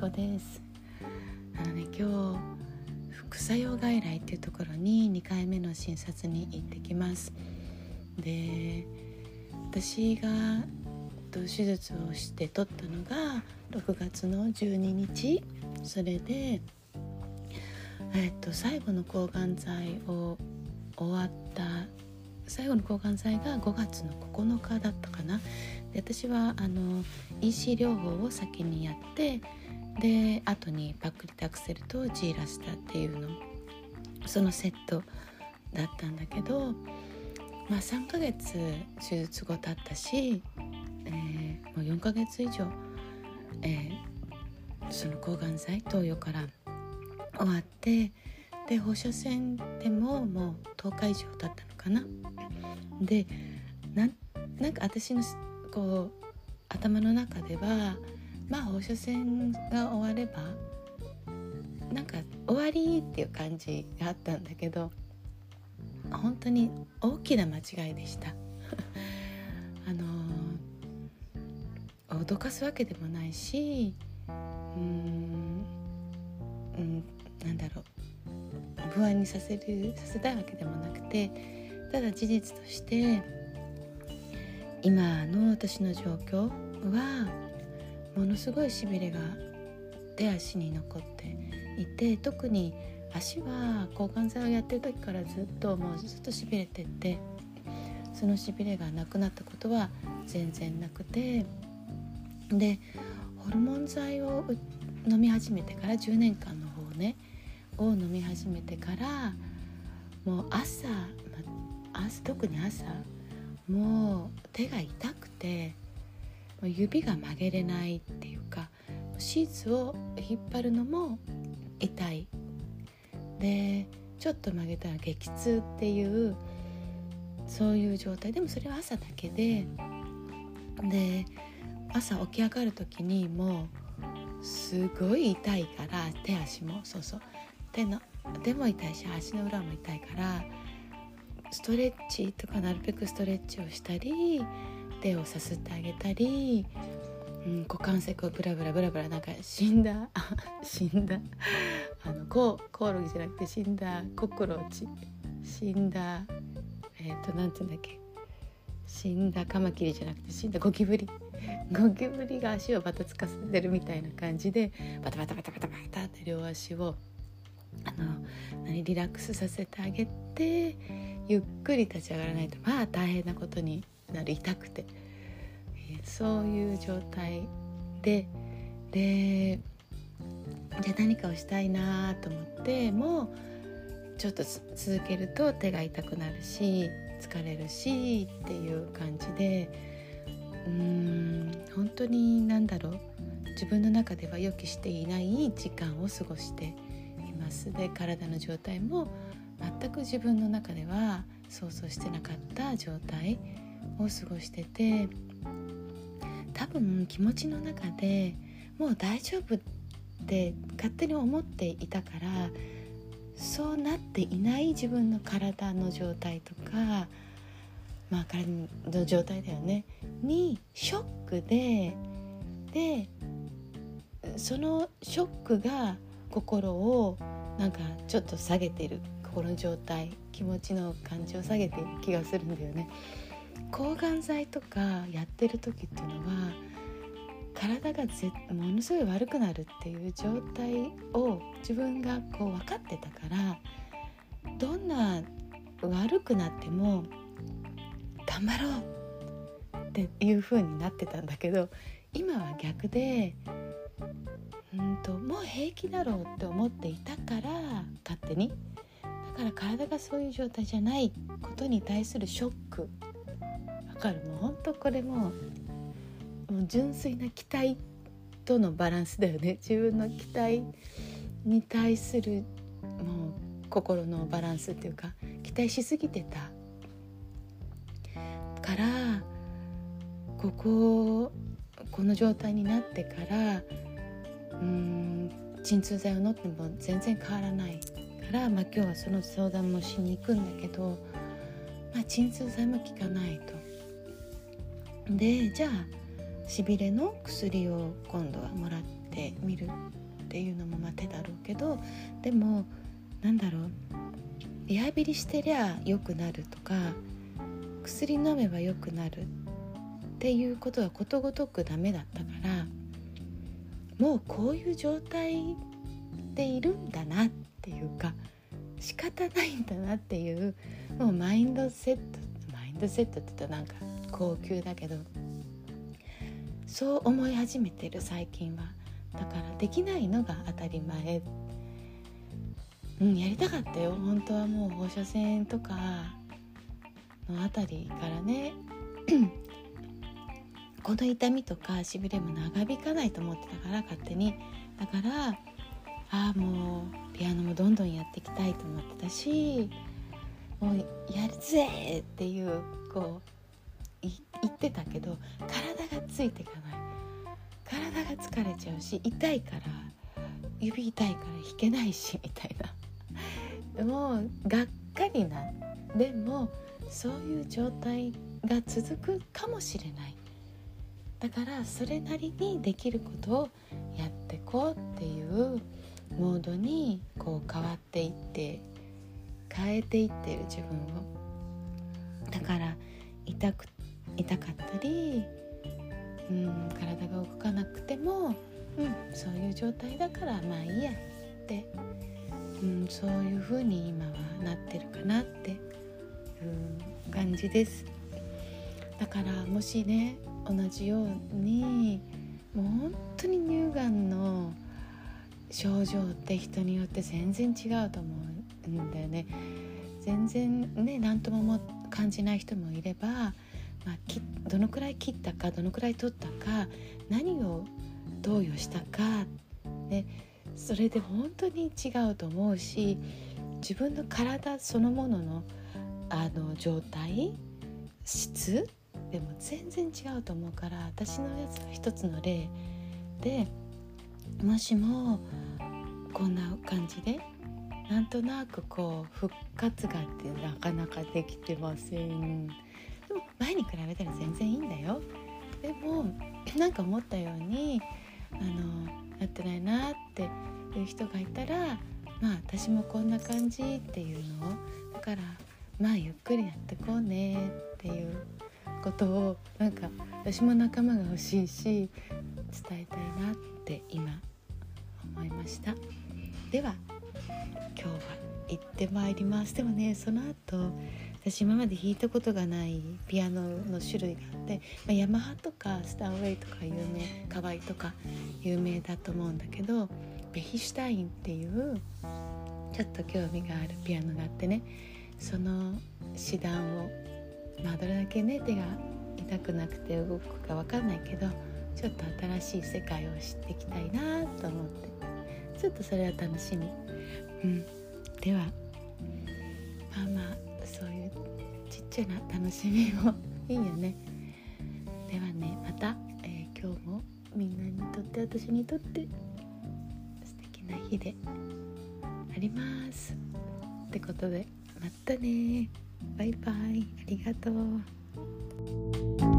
子です。今日副作用外来っていうところに2回目の診察に行ってきます。で、私が手術をして取ったのが6月の12日。それで、最後の抗がん剤を終わった最後の抗がん剤が5月の9日だったかな。で、私はEC 療法を先にやって、で後にパクリタクセルとジーラスタっていうの、そのセットだったんだけど、3ヶ月手術後経ったし、もう4ヶ月以上、その抗がん剤投与から終わって、で放射線でももう10日以上経ったのかな。でなんか私のこう頭の中では、放射線が終わればなんか終わりっていう感じがあったんだけど、本当に大きな間違いでした脅かすわけでもないし、不安にさせたいわけでもなくて、ただ事実として今の私の状況はものすごいしびれが手足に残っていて、特に足は抗がん剤をやってる時からずっとしびれてて、そのしびれがなくなったことは全然なくて、でホルモン剤を飲み始めてから10年間の方ねを飲み始めてから、もう特に朝もう手が痛くて、もう指が曲げれないっていうか、シーツを引っ張るのも痛いで、ちょっと曲げたら激痛っていう、そういう状態でもそれは朝だけで、朝起き上がる時にもうすごい痛いから、手足も手も痛いし足の裏も痛いから、ストレッチとかなるべくストレッチをしたり、手をさすってあげたり、股関節をブラブラなんか死んだコオロギじゃなくて死んだコクロチ、死んだなんていうんだっけ、死んだカマキリじゃなくて死んだゴキブリが足をバタつかせてるみたいな感じで、バタって両足をリラックスさせてあげて、ゆっくり立ち上がらないと大変なことになる、痛くて、そういう状態でじゃあ何かをしたいなと思っても、ちょっと続けると手が痛くなるし疲れるしっていう感じで、本当に自分の中では予期していない時間を過ごしています。で、体の状態も全く自分の中では想像してなかった状態を過ごしてて、多分気持ちの中でもう大丈夫って勝手に思っていたから、そうなっていない自分の体の状態とか、体の状態だよねにショックでそのショックが心をちょっと下げてる、心の状態、気持ちの感じを下げている気がするんだよね。抗がん剤とかやってる時っていうのは体がものすごい悪くなるっていう状態を自分が分かってたから、どんな悪くなっても頑張ろうっていう風になってたんだけど、今は逆でもう平気だろうって思っていたから、勝手にだから体がそういう状態じゃないことに対するショック、わかる？もう本当これもう純粋な期待とのバランスだよね。自分の期待に対するもう心のバランスっていうか、期待しすぎてたから、この状態になってから鎮痛剤を飲っても全然変わらないから、今日はその相談もしに行くんだけど、鎮痛剤も効かないと。で、じゃあしびれの薬を今度はもらってみるっていうのも手だろうけど、でもリハビリしてりゃ良くなるとか、薬飲めば良くなるっていうことはことごとくダメだったから、もうこういう状態でいるんだなっていうか、仕方ないんだなっていう、もうマインドセットって言ったら高級だけど、そう思い始めてる最近は。だからできないのが当たり前。やりたかったよ本当は。もう放射線とかのあたりからねこの痛みとかしびれも長引かないと思ってたから、勝手に。だからもうピアノもどんどんやっていきたいと思ってたし、もうやるぜっていう言ってたけど、体がついていかない。体が疲れちゃうし、痛いから指痛いから弾けないしみたいなもうがっかりな。でもそういう状態が続くかもしれない。だからそれなりにできることをやってこうっていうモードに変わっていって、変えていってる自分を。だから痛かったり、体が動かなくても、そういう状態だからまあいいやって、そういう風に今はなってるかなっていう感じです。だからもしね、同じようにもう本当に乳がんの症状って人によって全然違うと思うんだよね。全然ね、何とも感じない人もいれば、どのくらい切ったか、どのくらい取ったか、何を投与したか、ね、それで本当に違うと思うし、自分の体そのものの状態、質でも全然違うと思うから、私のやつは一つの例で、もしもこんな感じでなんとなく復活がってなかなかできてません。でも前に比べたら全然いいんだよ。でも思ったようにやってないなっていう人がいたら、私もこんな感じっていうのを、だからゆっくりやってこうねっていうことを私も仲間が欲しいし伝えたいなって今思いました。では今日は行ってまいります。でもね、その後私今まで弾いたことがないピアノの種類があって、ヤマハとかスタンウェイとか有名、カワイとか有名だと思うんだけど、ベヒシュタインっていうちょっと興味があるピアノがあってね、その指弾をどれだけね手が痛くなくて動くか分かんないけど、ちょっと新しい世界を知っていきたいなと思って、ちょっとそれは楽しみ。ではそういうちっちゃな楽しみもいいよね。ではね、また、今日もみんなにとって、私にとって素敵な日でありますってことで、またね、バイバイ、ありがとう。